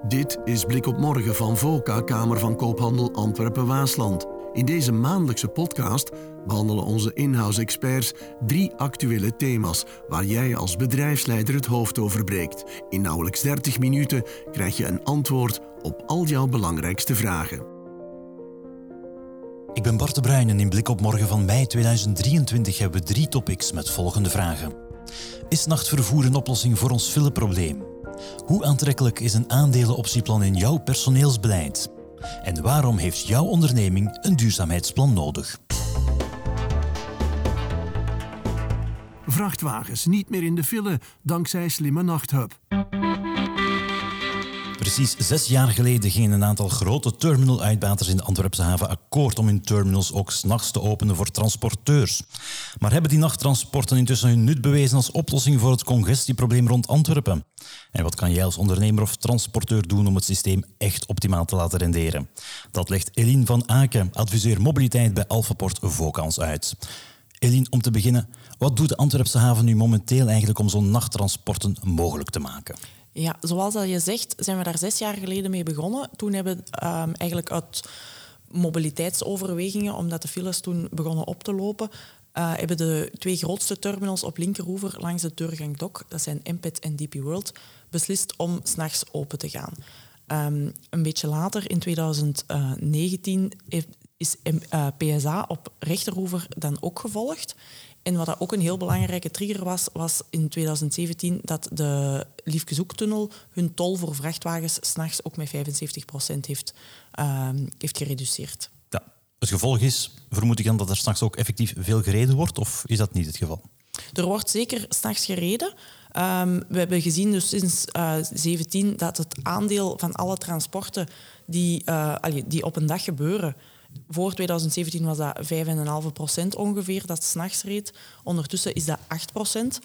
Dit is Blik op Morgen van VOCA, Kamer van Koophandel Antwerpen-Waasland. In deze maandelijkse podcast behandelen onze in-house experts 3 actuele thema's waar jij als bedrijfsleider het hoofd over breekt. In nauwelijks 30 minuten krijg je een antwoord op al jouw belangrijkste vragen. Ik ben Bart de Bruin en in Blik op Morgen van mei 2023 hebben we 3 topics met volgende vragen. Is nachtvervoer een oplossing voor ons fileprobleem? Hoe aantrekkelijk is een aandelenoptieplan in jouw personeelsbeleid? En waarom heeft jouw onderneming een duurzaamheidsplan nodig? Vrachtwagens niet meer in de file dankzij slimme nachthub. Precies 6 jaar geleden gingen een aantal grote terminaluitbaters in de Antwerpse haven akkoord om hun terminals ook 's nachts te openen voor transporteurs. Maar hebben die nachttransporten intussen hun nut bewezen als oplossing voor het congestieprobleem rond Antwerpen? En wat kan jij als ondernemer of transporteur doen om het systeem echt optimaal te laten renderen? Dat legt Eline van Aken, adviseur mobiliteit bij Alphaport VOCA ons uit. Eline, om te beginnen, wat doet de Antwerpse haven nu momenteel eigenlijk om zo'n nachttransporten mogelijk te maken? Ja, zoals dat je zegt, zijn we daar 6 jaar geleden mee begonnen. Toen hebben we eigenlijk uit mobiliteitsoverwegingen, omdat de files toen begonnen op te lopen, hebben de 2 grootste terminals op linkeroever langs de Deurgang Dok, dat zijn MPET en DP World, beslist om 's nachts open te gaan. Een beetje later, in 2019, is PSA op rechteroever dan ook gevolgd. En wat dat ook een heel belangrijke trigger was in 2017 dat de Liefkezoektunnel hun tol voor vrachtwagens 's nachts ook met 75% heeft gereduceerd. Ja, het gevolg is, vermoed ik dan, dat er 's nachts ook effectief veel gereden wordt, of is dat niet het geval? Er wordt zeker 's nachts gereden. We hebben gezien dus sinds 2017 dat het aandeel van alle transporten die op een dag gebeuren. Voor 2017 was dat 5,5% ongeveer dat 's nachts reed. Ondertussen is dat 8%.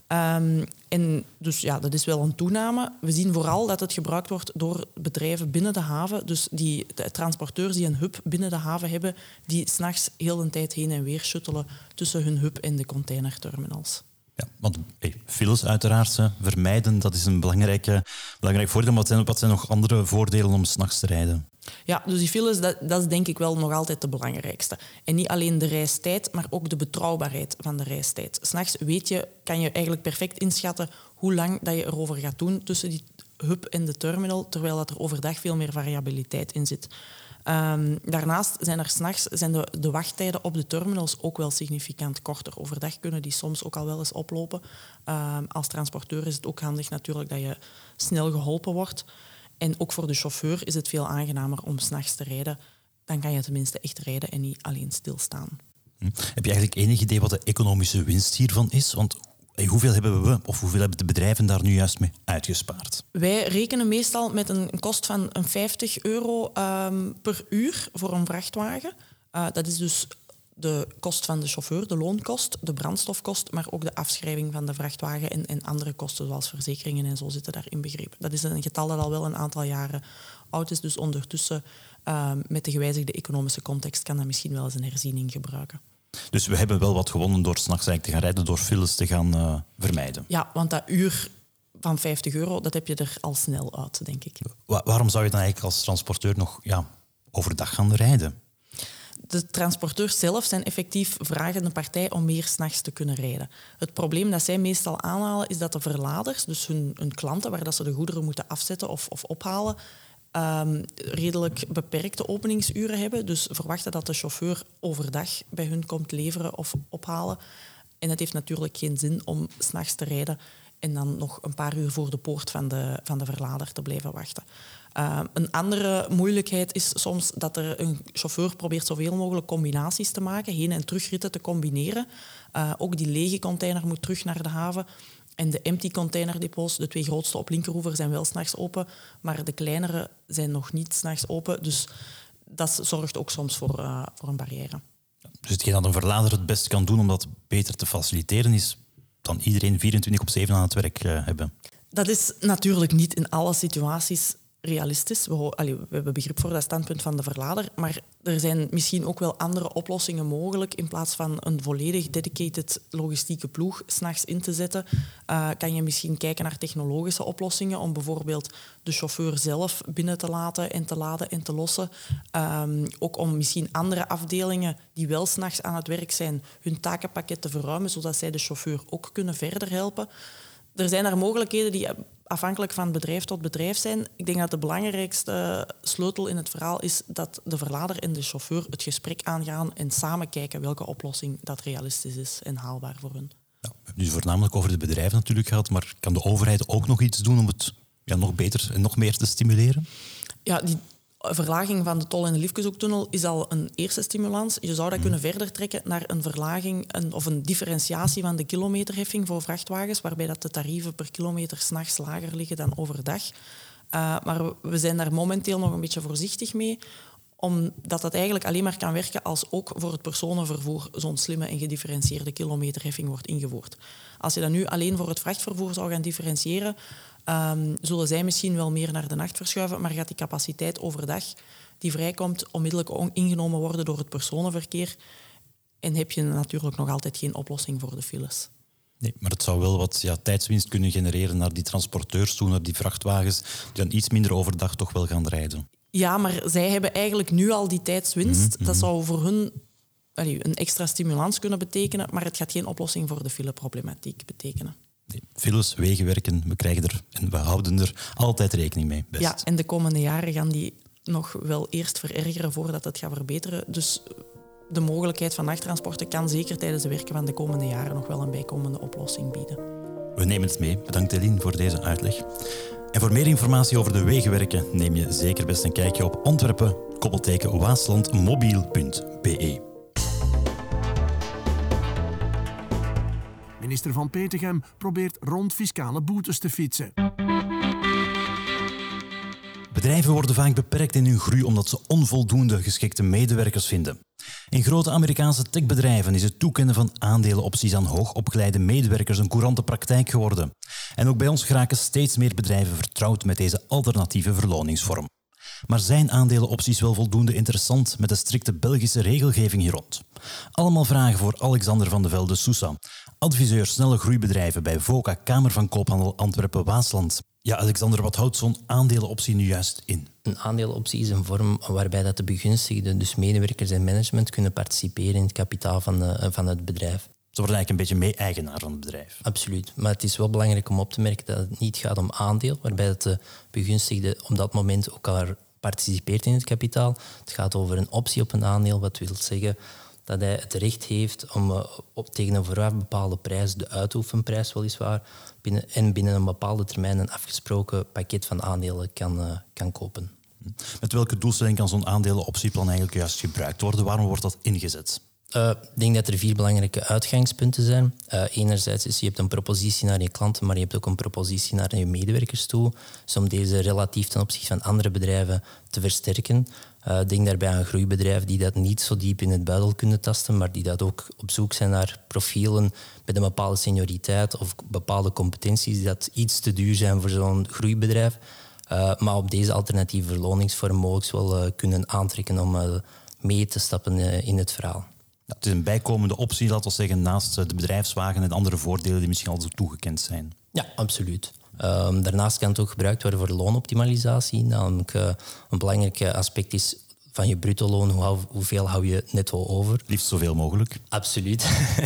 En dus ja, dat is wel een toename. We zien vooral dat het gebruikt wordt door bedrijven binnen de haven. Dus de transporteurs die een hub binnen de haven hebben, die 's nachts heel de tijd heen en weer shuttelen tussen hun hub en de containerterminals. Ja, want files uiteraard vermijden, dat is een belangrijk voordeel. Maar wat zijn nog andere voordelen om 's nachts te rijden? Ja, dus die files, dat is denk ik wel nog altijd de belangrijkste. En niet alleen de reistijd, maar ook de betrouwbaarheid van de reistijd. 's Nachts kan je eigenlijk perfect inschatten hoe lang dat je erover gaat doen tussen die hub en de terminal, terwijl dat er overdag veel meer variabiliteit in zit. Daarnaast zijn er 's nachts de wachttijden op de terminals ook wel significant korter. Overdag kunnen die soms ook al wel eens oplopen. Als transporteur is het ook handig natuurlijk dat je snel geholpen wordt. En ook voor de chauffeur is het veel aangenamer om 's nachts te rijden. Dan kan je tenminste echt rijden en niet alleen stilstaan. Heb je eigenlijk enig idee wat de economische winst hiervan is? Want hoeveel hebben de bedrijven daar nu juist mee uitgespaard? Wij rekenen meestal met een kost van €50 per uur voor een vrachtwagen. Dat is dus de kost van de chauffeur, de loonkost, de brandstofkost, maar ook de afschrijving van de vrachtwagen en andere kosten zoals verzekeringen en zo zitten daarin begrepen. Dat is een getal dat al wel een aantal jaren oud is, dus ondertussen met de gewijzigde economische context kan dat misschien wel eens een herziening gebruiken. Dus we hebben wel wat gewonnen door 's nachts te gaan rijden, door files te gaan vermijden. Ja, want dat uur van €50, dat heb je er al snel uit, denk ik. Waarom zou je dan eigenlijk als transporteur nog overdag gaan rijden? De transporteurs zelf zijn effectief vragende partij om meer 's nachts te kunnen rijden. Het probleem dat zij meestal aanhalen is dat de verladers, dus hun klanten waar dat ze de goederen moeten afzetten of ophalen, redelijk beperkte openingsuren hebben. Dus verwachten dat de chauffeur overdag bij hun komt leveren of ophalen. En het heeft natuurlijk geen zin om 's nachts te rijden en dan nog een paar uur voor de poort van de verlader te blijven wachten. Een andere moeilijkheid is soms dat er een chauffeur probeert zoveel mogelijk combinaties te maken, heen- en terugritten te combineren. Ook die lege container moet terug naar de haven. En de empty containerdepots, de 2 grootste op linkeroever, zijn wel 's nachts open, maar de kleinere zijn nog niet 's nachts open. Dus dat zorgt ook soms voor een barrière. Dus hetgeen dat een verlader het best kan doen om dat beter te faciliteren, is dan iedereen 24/7 aan het werk hebben? Dat is natuurlijk niet in alle situaties realistisch. We hebben begrip voor dat standpunt van de verlader, maar er zijn misschien ook wel andere oplossingen mogelijk. In plaats van een volledig dedicated logistieke ploeg 's nachts in te zetten, kan je misschien kijken naar technologische oplossingen om bijvoorbeeld de chauffeur zelf binnen te laten en te laden en te lossen. Ook om misschien andere afdelingen die wel 's nachts aan het werk zijn, hun takenpakket te verruimen, zodat zij de chauffeur ook kunnen verder helpen. Er zijn daar mogelijkheden die afhankelijk van bedrijf tot bedrijf zijn. Ik denk dat de belangrijkste sleutel in het verhaal is dat de verlader en de chauffeur het gesprek aangaan en samen kijken welke oplossing dat realistisch is en haalbaar voor hun. Ja, we hebben nu voornamelijk over de bedrijven natuurlijk gehad, maar kan de overheid ook nog iets doen om het nog beter en nog meer te stimuleren? Ja, die verlaging van de tol in de Liefkeshoektunnel is al een eerste stimulans. Je zou dat kunnen verder trekken naar een verlaging of een differentiatie van de kilometerheffing voor vrachtwagens, waarbij dat de tarieven per kilometer 's nachts lager liggen dan overdag. Maar we zijn daar momenteel nog een beetje voorzichtig mee, omdat dat eigenlijk alleen maar kan werken als ook voor het personenvervoer zo'n slimme en gedifferentieerde kilometerheffing wordt ingevoerd. Als je dat nu alleen voor het vrachtvervoer zou gaan differentiëren, zullen zij misschien wel meer naar de nacht verschuiven, maar gaat die capaciteit overdag die vrijkomt onmiddellijk ingenomen worden door het personenverkeer en heb je natuurlijk nog altijd geen oplossing voor de files. Nee, maar het zou wel wat tijdswinst kunnen genereren naar die transporteurs toe, naar die vrachtwagens, die dan iets minder overdag toch wel gaan rijden. Ja, maar zij hebben eigenlijk nu al die tijdswinst. Dat zou voor hun een extra stimulans kunnen betekenen, maar het gaat geen oplossing voor de fileproblematiek betekenen. Nee, files, wegenwerken, we krijgen er en we houden er altijd rekening mee. Best. Ja, en de komende jaren gaan die nog wel eerst verergeren voordat het gaat verbeteren. Dus de mogelijkheid van nachttransporten kan zeker tijdens de werken van de komende jaren nog wel een bijkomende oplossing bieden. We nemen het mee. Bedankt Eline voor deze uitleg. En voor meer informatie over de wegenwerken neem je zeker best een kijkje op Antwerpen-Waaslandmobiel.be. Minister Van Petegem probeert rond fiscale boetes te fietsen. Bedrijven worden vaak beperkt in hun groei omdat ze onvoldoende geschikte medewerkers vinden. In grote Amerikaanse techbedrijven is het toekennen van aandelenopties aan hoogopgeleide medewerkers een courante praktijk geworden. En ook bij ons geraken steeds meer bedrijven vertrouwd met deze alternatieve verloningsvorm. Maar zijn aandelenopties wel voldoende interessant met de strikte Belgische regelgeving hier rond? Allemaal vragen voor Alexander van de Velde-Sousa, adviseur snelle groeibedrijven bij VOCA Kamer van Koophandel Antwerpen-Waasland. Ja, Alexander, wat houdt zo'n aandelenoptie nu juist in? Een aandelenoptie is een vorm waarbij dat de begunstigden, dus medewerkers en management, kunnen participeren in het kapitaal van het bedrijf. Ze worden eigenlijk een beetje mee-eigenaar van het bedrijf. Absoluut. Maar het is wel belangrijk om op te merken dat het niet gaat om aandeel, waarbij dat de begunstigde op dat moment ook al participeert in het kapitaal. Het gaat over een optie op een aandeel, wat wil zeggen dat hij het recht heeft om tegen een vooraf bepaalde prijs, de uitoefenprijs weliswaar, binnen een bepaalde termijn een afgesproken pakket van aandelen kan kopen. Met welke doelstelling kan zo'n aandelenoptieplan eigenlijk juist gebruikt worden? Waarom wordt dat ingezet? Ik denk dat er 4 belangrijke uitgangspunten zijn. Enerzijds is je hebt een propositie naar je klanten, maar je hebt ook een propositie naar je medewerkers toe. Dus om deze relatief ten opzichte van andere bedrijven te versterken. Denk daarbij aan groeibedrijven die dat niet zo diep in het buidel kunnen tasten, maar die dat ook op zoek zijn naar profielen met een bepaalde senioriteit of bepaalde competenties die dat iets te duur zijn voor zo'n groeibedrijf. Maar op deze alternatieve verloningsvorm mogelijk wel kunnen aantrekken om mee te stappen in het verhaal. Ja, het is een bijkomende optie, laten we zeggen, naast de bedrijfswagen en andere voordelen die misschien al zo toegekend zijn. Ja, absoluut. Daarnaast kan het ook gebruikt worden voor loonoptimalisatie. Namelijk, een belangrijk aspect is van je bruto loon, hoeveel hou je netto over? Liefst zoveel mogelijk. Absoluut.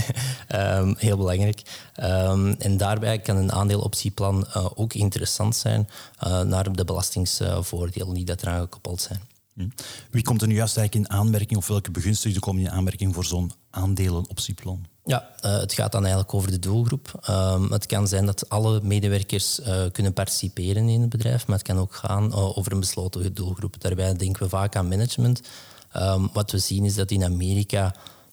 Heel belangrijk. En daarbij kan een aandeeloptieplan ook interessant zijn naar de belastingsvoordelen die dat eraan gekoppeld zijn. Wie komt er nu juist eigenlijk in aanmerking of welke begunstigden komen in aanmerking voor zo'n aandelenoptieplan? Ja, het gaat dan eigenlijk over de doelgroep. Het kan zijn dat alle medewerkers kunnen participeren in het bedrijf, maar het kan ook gaan over een besloten doelgroep. Daarbij denken we vaak aan management. Wat we zien is dat in Amerika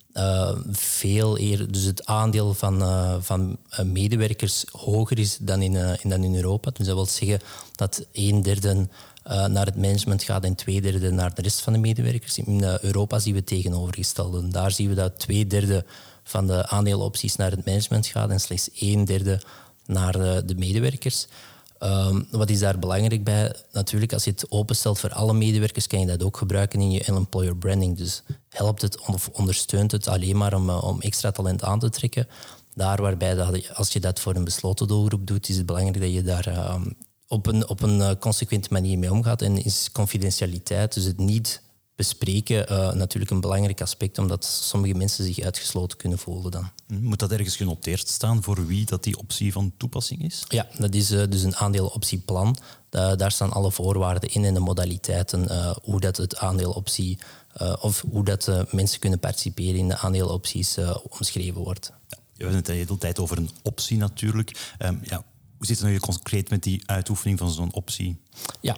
veel eerder, dus het aandeel van medewerkers hoger is dan in Europa. Dus dat wil zeggen dat 1/3 naar het management gaat en 2/3 naar de rest van de medewerkers. In Europa zien we het tegenovergestelde. Daar zien we dat 2/3 van de aandelenopties naar het management gaat en slechts 1/3 naar de medewerkers. Wat is daar belangrijk bij? Natuurlijk, als je het openstelt voor alle medewerkers, kan je dat ook gebruiken in je employer branding. Dus helpt het of ondersteunt het alleen maar om extra talent aan te trekken. Daar waarbij, als je dat voor een besloten doelgroep doet, is het belangrijk dat je daar op een consequente manier mee omgaat. En is confidentialiteit, dus het niet bespreken, natuurlijk een belangrijk aspect, omdat sommige mensen zich uitgesloten kunnen voelen dan. Moet dat ergens genoteerd staan voor wie dat die optie van toepassing is? Ja, dat is dus een aandeeloptieplan. Daar staan alle voorwaarden in en de modaliteiten, hoe dat het aandeeloptie of hoe dat mensen kunnen participeren in de aandeelopties omschreven wordt. Ja, we hebben het de hele tijd over een optie natuurlijk. Hoe zit het nu concreet met die uitoefening van zo'n optie? Ja,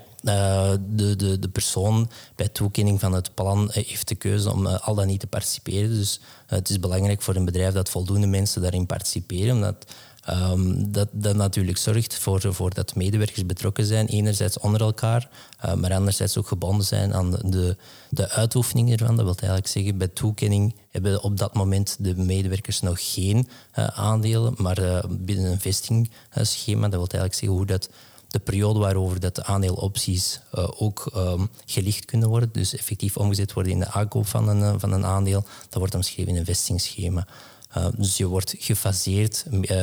de persoon bij toekenning van het plan heeft de keuze om al dan niet te participeren. Dus het is belangrijk voor een bedrijf dat voldoende mensen daarin participeren. Omdat dat natuurlijk zorgt voor dat medewerkers betrokken zijn. Enerzijds onder elkaar, maar anderzijds ook gebonden zijn aan de uitoefening ervan. Dat wil eigenlijk zeggen, bij toekenning hebben op dat moment de medewerkers nog geen aandelen, maar binnen een vestingschema, dat wil eigenlijk zeggen hoe dat de periode waarover dat de aandeelopties ook gelicht kunnen worden, dus effectief omgezet worden in de aankoop van een aandeel, dat wordt omschreven in een vestingsschema. Dus je wordt gefaseerd,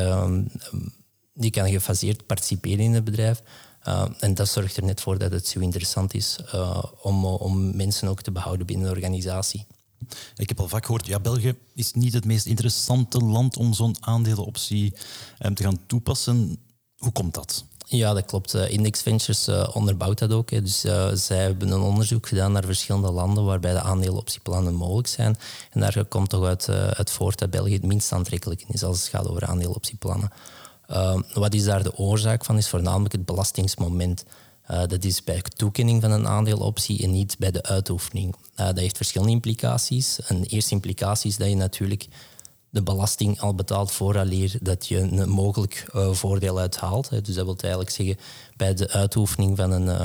je kan gefaseerd participeren in het bedrijf. En dat zorgt er net voor dat het zo interessant is om mensen ook te behouden binnen de organisatie. Ik heb al vaak gehoord, België is niet het meest interessante land om zo'n aandelenoptie te gaan toepassen. Hoe komt dat? Ja, dat klopt. Index Ventures onderbouwt dat ook. Dus zij hebben een onderzoek gedaan naar verschillende landen waarbij de aandelenoptieplannen mogelijk zijn. En daar komt toch uit voort dat België het minst aantrekkelijk is als het gaat over aandelenoptieplannen. Wat is daar de oorzaak van? Is voornamelijk het belastingsmoment. Dat is bij toekenning van een aandeeloptie en niet bij de uitoefening. Dat heeft verschillende implicaties. Een eerste implicatie is dat je natuurlijk de belasting al betaalt vooraleer dat je een mogelijk voordeel uithaalt. Dus dat wil eigenlijk zeggen, bij de uitoefening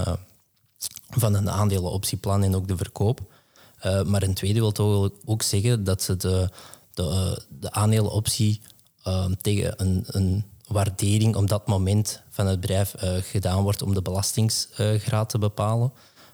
van een aandelenoptieplan en ook de verkoop. Maar een tweede wil toch ook zeggen dat de aandelenoptie tegen een waardering op dat moment van het bedrijf gedaan wordt om de belastingsgraad te bepalen.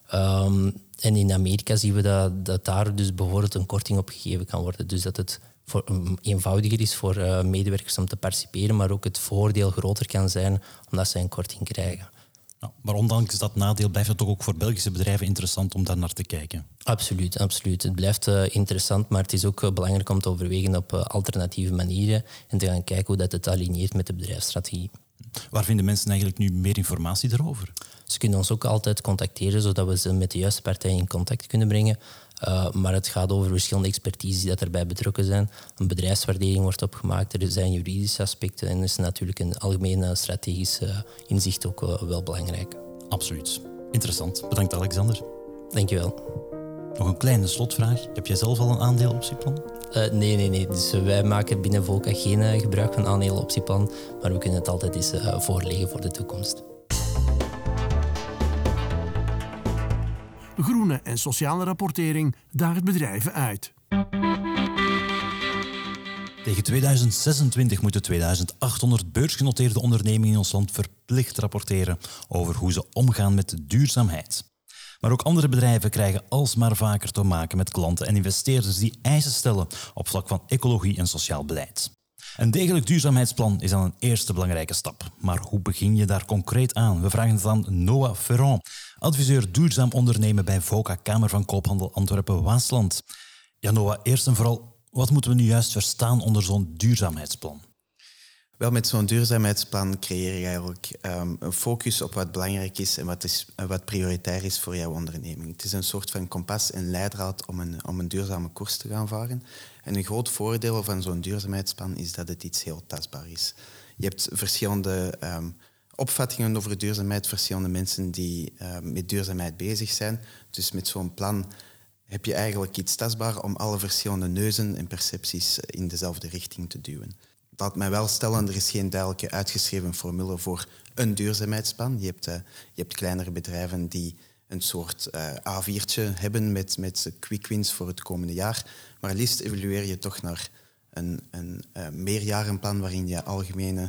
En in Amerika zien we dat daar dus bijvoorbeeld een korting op gegeven kan worden. Dus dat het eenvoudiger is voor medewerkers om te participeren, maar ook het voordeel groter kan zijn omdat ze een korting krijgen. Ja, maar ondanks dat nadeel blijft het toch ook voor Belgische bedrijven interessant om daar naar te kijken? Absoluut, absoluut. Het blijft interessant, maar het is ook belangrijk om te overwegen op alternatieve manieren en te gaan kijken hoe dat het aligneert met de bedrijfsstrategie. Waar vinden mensen eigenlijk nu meer informatie daarover? Ze kunnen ons ook altijd contacteren, zodat we ze met de juiste partij in contact kunnen brengen. Maar het gaat over verschillende expertises die erbij betrokken zijn. Een bedrijfswaardering wordt opgemaakt, er zijn juridische aspecten en is natuurlijk een algemene strategische inzicht ook wel belangrijk. Absoluut. Interessant. Bedankt, Alexander. Dankjewel. Nog een kleine slotvraag. Heb jij zelf al een aandeeloptieplan? Nee. Dus wij maken binnen Volca geen gebruik van aandelenoptieplan, maar we kunnen het altijd eens voorleggen voor de toekomst. Groene en sociale rapportering daagt bedrijven uit. Tegen 2026 moeten 2800 beursgenoteerde ondernemingen in ons land verplicht rapporteren over hoe ze omgaan met duurzaamheid. Maar ook andere bedrijven krijgen alsmaar vaker te maken met klanten en investeerders die eisen stellen op vlak van ecologie en sociaal beleid. Een degelijk duurzaamheidsplan is dan een eerste belangrijke stap. Maar hoe begin je daar concreet aan? We vragen het aan Noah Ferrand, adviseur duurzaam ondernemen bij VOCA Kamer van Koophandel Antwerpen-Waasland. Ja, Noah, eerst en vooral, wat moeten we nu juist verstaan onder zo'n duurzaamheidsplan? Wel, met zo'n duurzaamheidsplan creëer je eigenlijk een focus op wat belangrijk is en wat prioritair is voor jouw onderneming. Het is een soort van kompas en leidraad om een duurzame koers te gaan varen. En een groot voordeel van zo'n duurzaamheidsplan is dat het iets heel tastbaar is. Je hebt verschillende opvattingen over duurzaamheid, verschillende mensen die met duurzaamheid bezig zijn. Dus met zo'n plan heb je eigenlijk iets tastbaar om alle verschillende neuzen en percepties in dezelfde richting te duwen. Laat mij wel stellen, er is geen duidelijke uitgeschreven formule voor een duurzaamheidsplan. Je hebt kleinere bedrijven die een soort A4'tje hebben met quick wins voor het komende jaar. Maar liefst evalueer je toch naar een meerjarenplan waarin je algemene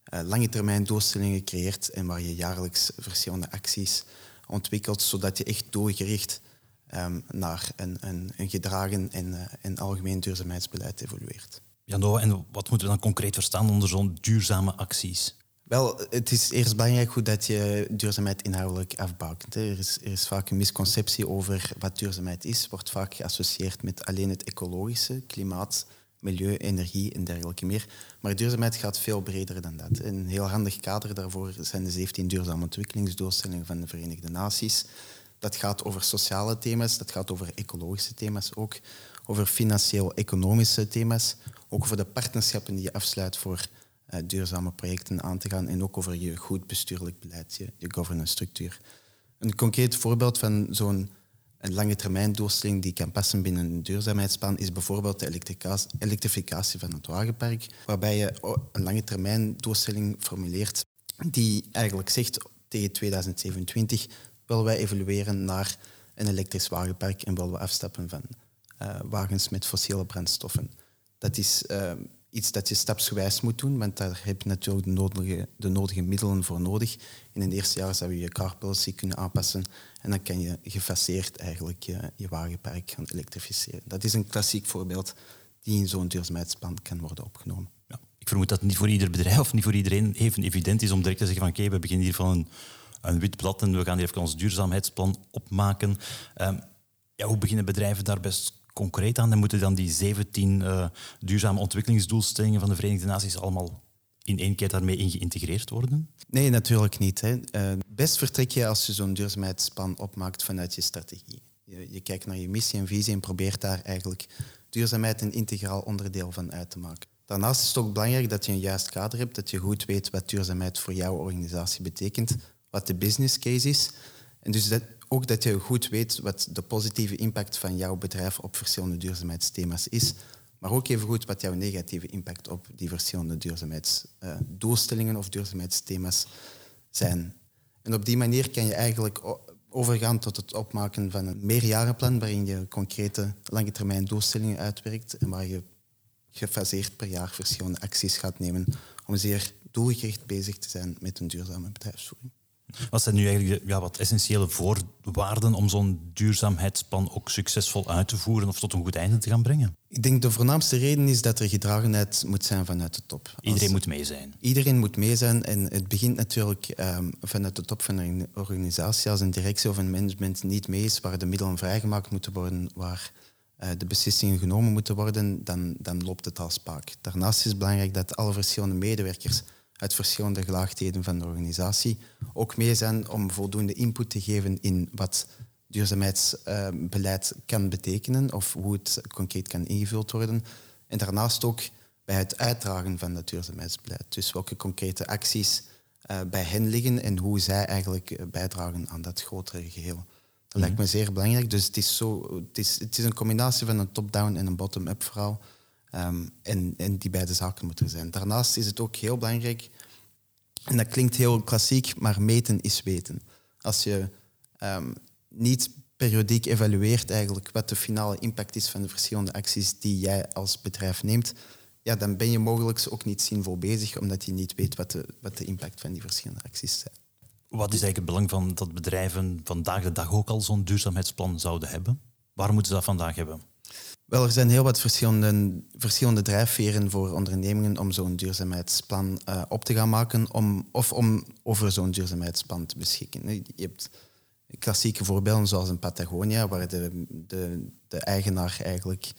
lange termijn doelstellingen creëert en waar je jaarlijks verschillende acties ontwikkelt, zodat je echt doelgericht naar een gedragen en algemeen duurzaamheidsbeleid evolueert. Jan Douwe, en wat moeten we dan concreet verstaan onder zo'n duurzame acties? Wel, het is eerst belangrijk hoe dat je duurzaamheid inhoudelijk afbouwt. Er is vaak een misconceptie over wat duurzaamheid is. Wordt vaak geassocieerd met alleen het ecologische, klimaat, milieu, energie en dergelijke meer. Maar duurzaamheid gaat veel breder dan dat. Een heel handig kader daarvoor zijn de 17 duurzame ontwikkelingsdoelstellingen van de Verenigde Naties. Dat gaat over sociale thema's, dat gaat over ecologische thema's ook, over financieel-economische thema's, ook over de partnerschappen die je afsluit voor duurzame projecten aan te gaan en ook over je goed bestuurlijk beleid, je governance structuur. Een concreet voorbeeld van zo'n lange termijn doelstelling die kan passen binnen een duurzaamheidsplan is bijvoorbeeld de elektrificatie van het wagenpark, waarbij je een lange termijn doelstelling formuleert die eigenlijk zegt tegen 2027 willen wij evolueren naar een elektrisch wagenpark en willen we afstappen van wagens met fossiele brandstoffen. Dat is iets dat je stapsgewijs moet doen, want daar heb je natuurlijk de nodige middelen voor nodig. In het eerste jaar zou je je car policy kunnen aanpassen en dan kan je gefaseerd eigenlijk je wagenpark gaan elektrificeren. Dat is een klassiek voorbeeld die in zo'n duurzaamheidsplan kan worden opgenomen. Ja, ik vermoed dat het niet voor ieder bedrijf of niet voor iedereen even evident is om direct te zeggen van oké, we beginnen hier van een wit blad en we gaan hier even ons duurzaamheidsplan opmaken. Hoe beginnen bedrijven daar best concreet aan? Dan moeten dan die 17 duurzame ontwikkelingsdoelstellingen van de Verenigde Naties allemaal in één keer daarmee in geïntegreerd worden? Nee, natuurlijk niet. Best vertrek je als je zo'n duurzaamheidsplan opmaakt vanuit je strategie. Je kijkt naar je missie en visie en probeert daar eigenlijk duurzaamheid een integraal onderdeel van uit te maken. Daarnaast is het ook belangrijk dat je een juist kader hebt, dat je goed weet wat duurzaamheid voor jouw organisatie betekent, wat de business case is. En dus ook dat je goed weet wat de positieve impact van jouw bedrijf op verschillende duurzaamheidsthema's is, maar ook even goed wat jouw negatieve impact op die verschillende duurzaamheidsdoelstellingen of duurzaamheidsthema's zijn. En op die manier kan je eigenlijk overgaan tot het opmaken van een meerjarenplan waarin je concrete lange termijn doelstellingen uitwerkt en waar je gefaseerd per jaar verschillende acties gaat nemen om zeer doelgericht bezig te zijn met een duurzame bedrijfsvoering. Wat zijn nu eigenlijk de wat essentiële voorwaarden om zo'n duurzaamheidsplan ook succesvol uit te voeren of tot een goed einde te gaan brengen? Ik denk de voornaamste reden is dat er gedragenheid moet zijn vanuit de top. Iedereen moet mee zijn. Iedereen moet mee zijn en het begint natuurlijk vanuit de top van een organisatie. Als een directie of een management niet mee is, waar de middelen vrijgemaakt moeten worden, waar de beslissingen genomen moeten worden, dan loopt het al spaak. Daarnaast is het belangrijk dat alle verschillende medewerkers uit verschillende gelaagdheden van de organisatie ook mee zijn om voldoende input te geven in wat duurzaamheidsbeleid kan betekenen of hoe het concreet kan ingevuld worden. En daarnaast ook bij het uitdragen van dat duurzaamheidsbeleid. Dus welke concrete acties bij hen liggen en hoe zij eigenlijk bijdragen aan dat grotere geheel. Dat lijkt me zeer belangrijk. Dus het is een combinatie van een top-down en een bottom-up verhaal. En die beide zaken moeten er zijn. Daarnaast is het ook heel belangrijk, en dat klinkt heel klassiek, maar meten is weten. Als je niet periodiek evalueert eigenlijk wat de finale impact is van de verschillende acties die jij als bedrijf neemt, ja, dan ben je mogelijk ook niet zinvol bezig, omdat je niet weet wat de impact van die verschillende acties zijn. Wat is eigenlijk het belang van dat bedrijven vandaag de dag ook al zo'n duurzaamheidsplan zouden hebben? Waarom moeten ze dat vandaag hebben? Wel, er zijn heel wat verschillende drijfveren voor ondernemingen om zo'n duurzaamheidsplan op te gaan maken of om over zo'n duurzaamheidsplan te beschikken. Je hebt klassieke voorbeelden zoals in Patagonia, waar de eigenaar eigenlijk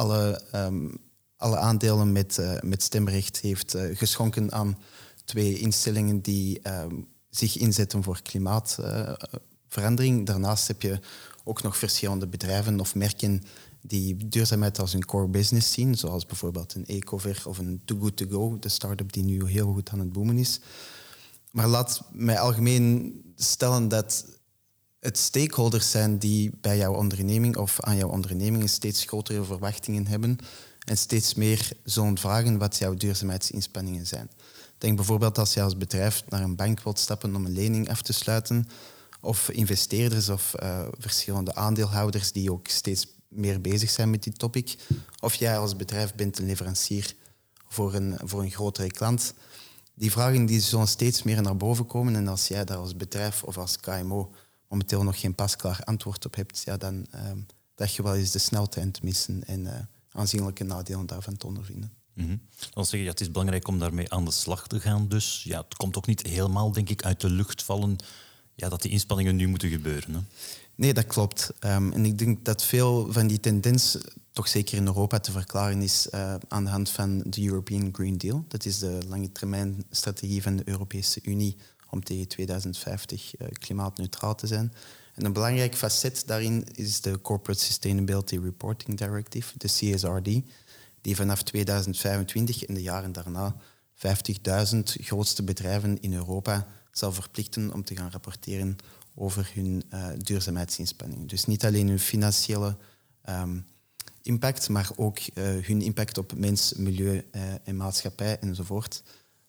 alle aandelen met stemrecht heeft geschonken aan 2 instellingen die zich inzetten voor klimaatverandering. Daarnaast heb je ook nog verschillende bedrijven of merken die duurzaamheid als hun core business zien, zoals bijvoorbeeld een Ecover of een Too Good To Go, de start-up die nu heel goed aan het boomen is. Maar laat mij algemeen stellen dat het stakeholders zijn die bij jouw onderneming of aan jouw onderneming steeds grotere verwachtingen hebben en steeds meer zullen vragen wat jouw duurzaamheidsinspanningen zijn. Denk bijvoorbeeld als je als bedrijf naar een bank wilt stappen om een lening af te sluiten, of investeerders of verschillende aandeelhouders die ook steeds meer bezig zijn met die topic. Of jij als bedrijf bent een leverancier voor een grotere klant Die vragen die zullen steeds meer naar boven komen. En als jij daar als bedrijf of als KMO momenteel nog geen pasklaar antwoord op hebt, ja, dan dacht je wel eens de sneltrein te missen en aanzienlijke nadelen daarvan te ondervinden. Mm-hmm. Dan zeg je, het is belangrijk om daarmee aan de slag te gaan. Dus ja, het komt ook niet helemaal, denk ik, uit de lucht vallen dat die inspanningen nu moeten gebeuren. Hè? Nee, dat klopt. En ik denk dat veel van die tendens toch zeker in Europa te verklaren is aan de hand van de European Green Deal. Dat is de lange termijn strategie van de Europese Unie om tegen 2050 klimaatneutraal te zijn. En een belangrijk facet daarin is de Corporate Sustainability Reporting Directive, de CSRD, die vanaf 2025 en de jaren daarna 50.000 grootste bedrijven in Europa zal verplichten om te gaan rapporteren over hun duurzaamheidsinspanningen. Dus niet alleen hun financiële impact, maar ook hun impact op mens, milieu en maatschappij enzovoort.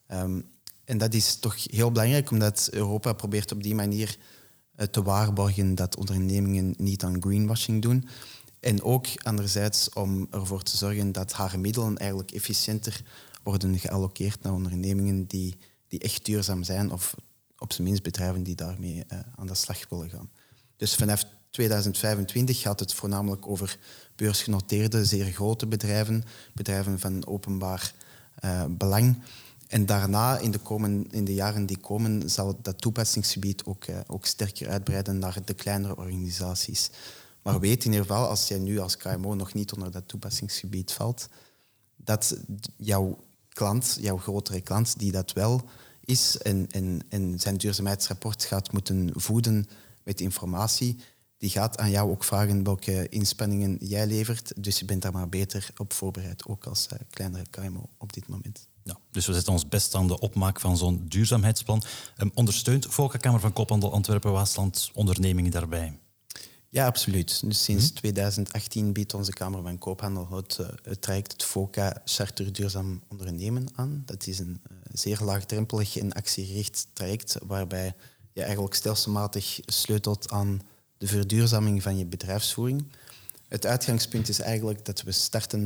En dat is toch heel belangrijk, omdat Europa probeert op die manier te waarborgen dat ondernemingen niet aan greenwashing doen. En ook anderzijds om ervoor te zorgen dat haar middelen eigenlijk efficiënter worden gealloceerd naar ondernemingen die echt duurzaam zijn, of op zijn minst bedrijven die daarmee aan de slag willen gaan. Dus vanaf 2025 gaat het voornamelijk over beursgenoteerde, zeer grote bedrijven, bedrijven van openbaar belang. En daarna, in de jaren die komen, zal dat toepassingsgebied ook sterker uitbreiden naar de kleinere organisaties. Maar weet in ieder geval, als jij nu als KMO nog niet onder dat toepassingsgebied valt, dat jouw klant, jouw grotere klant, die dat wel is en zijn duurzaamheidsrapport gaat moeten voeden met informatie, die gaat aan jou ook vragen welke inspanningen jij levert. Dus je bent daar maar beter op voorbereid, ook als kleinere KMO op dit moment. Ja, dus we zetten ons best aan de opmaak van zo'n duurzaamheidsplan. Ondersteunt VOCA Kamer van Koophandel Antwerpen-Waasland ondernemingen daarbij? Ja, absoluut. Dus sinds 2018 biedt onze Kamer van Koophandel het traject het VOCA Charter Duurzaam Ondernemen aan. Dat is een zeer laagdrempelig en actiegericht traject waarbij je eigenlijk stelselmatig sleutelt aan de verduurzaming van je bedrijfsvoering. Het uitgangspunt is eigenlijk dat we starten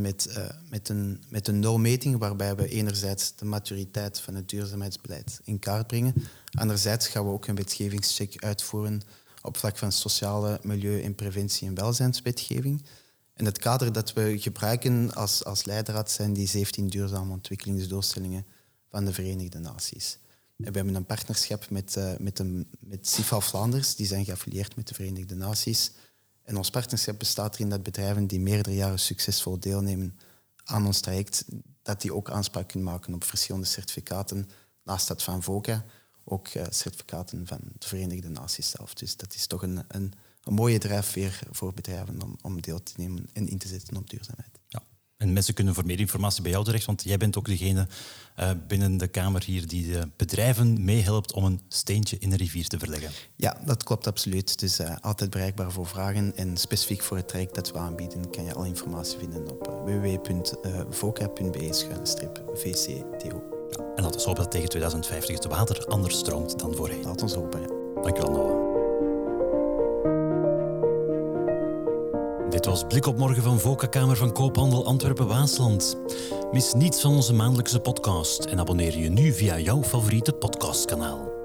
met een nulmeting waarbij we enerzijds de maturiteit van het duurzaamheidsbeleid in kaart brengen. Anderzijds gaan we ook een wetgevingscheck uitvoeren op vlak van sociale, milieu- en preventie- en welzijnswetgeving. En het kader dat we gebruiken als leidraad zijn die 17 duurzame ontwikkelingsdoelstellingen van de Verenigde Naties. En we hebben een partnerschap met CIFA Vlaanders, die zijn geaffilieerd met de Verenigde Naties. En ons partnerschap bestaat erin dat bedrijven die meerdere jaren succesvol deelnemen aan ons traject, dat die ook aanspraak kunnen maken op verschillende certificaten, naast dat van VOCA, ook certificaten van de Verenigde Naties zelf. Dus dat is toch een mooie drijfveer voor bedrijven om deel te nemen en in te zetten op duurzaamheid. Ja. En mensen kunnen voor meer informatie bij jou terecht, want jij bent ook degene binnen de Kamer hier die de bedrijven meehelpt om een steentje in de rivier te verleggen. Ja, dat klopt absoluut. Het is altijd bereikbaar voor vragen en specifiek voor het traject dat we aanbieden kan je alle informatie vinden op www.voca.be/VCTO. Ja, en laten we hopen dat tegen 2050 het water anders stroomt dan voorheen. Laat ons hopen. Ja. Dankjewel, Noah. Dit was Blik op Morgen van VOCA Kamer van Koophandel Antwerpen-Waasland. Mis niets van onze maandelijkse podcast en abonneer je nu via jouw favoriete podcastkanaal.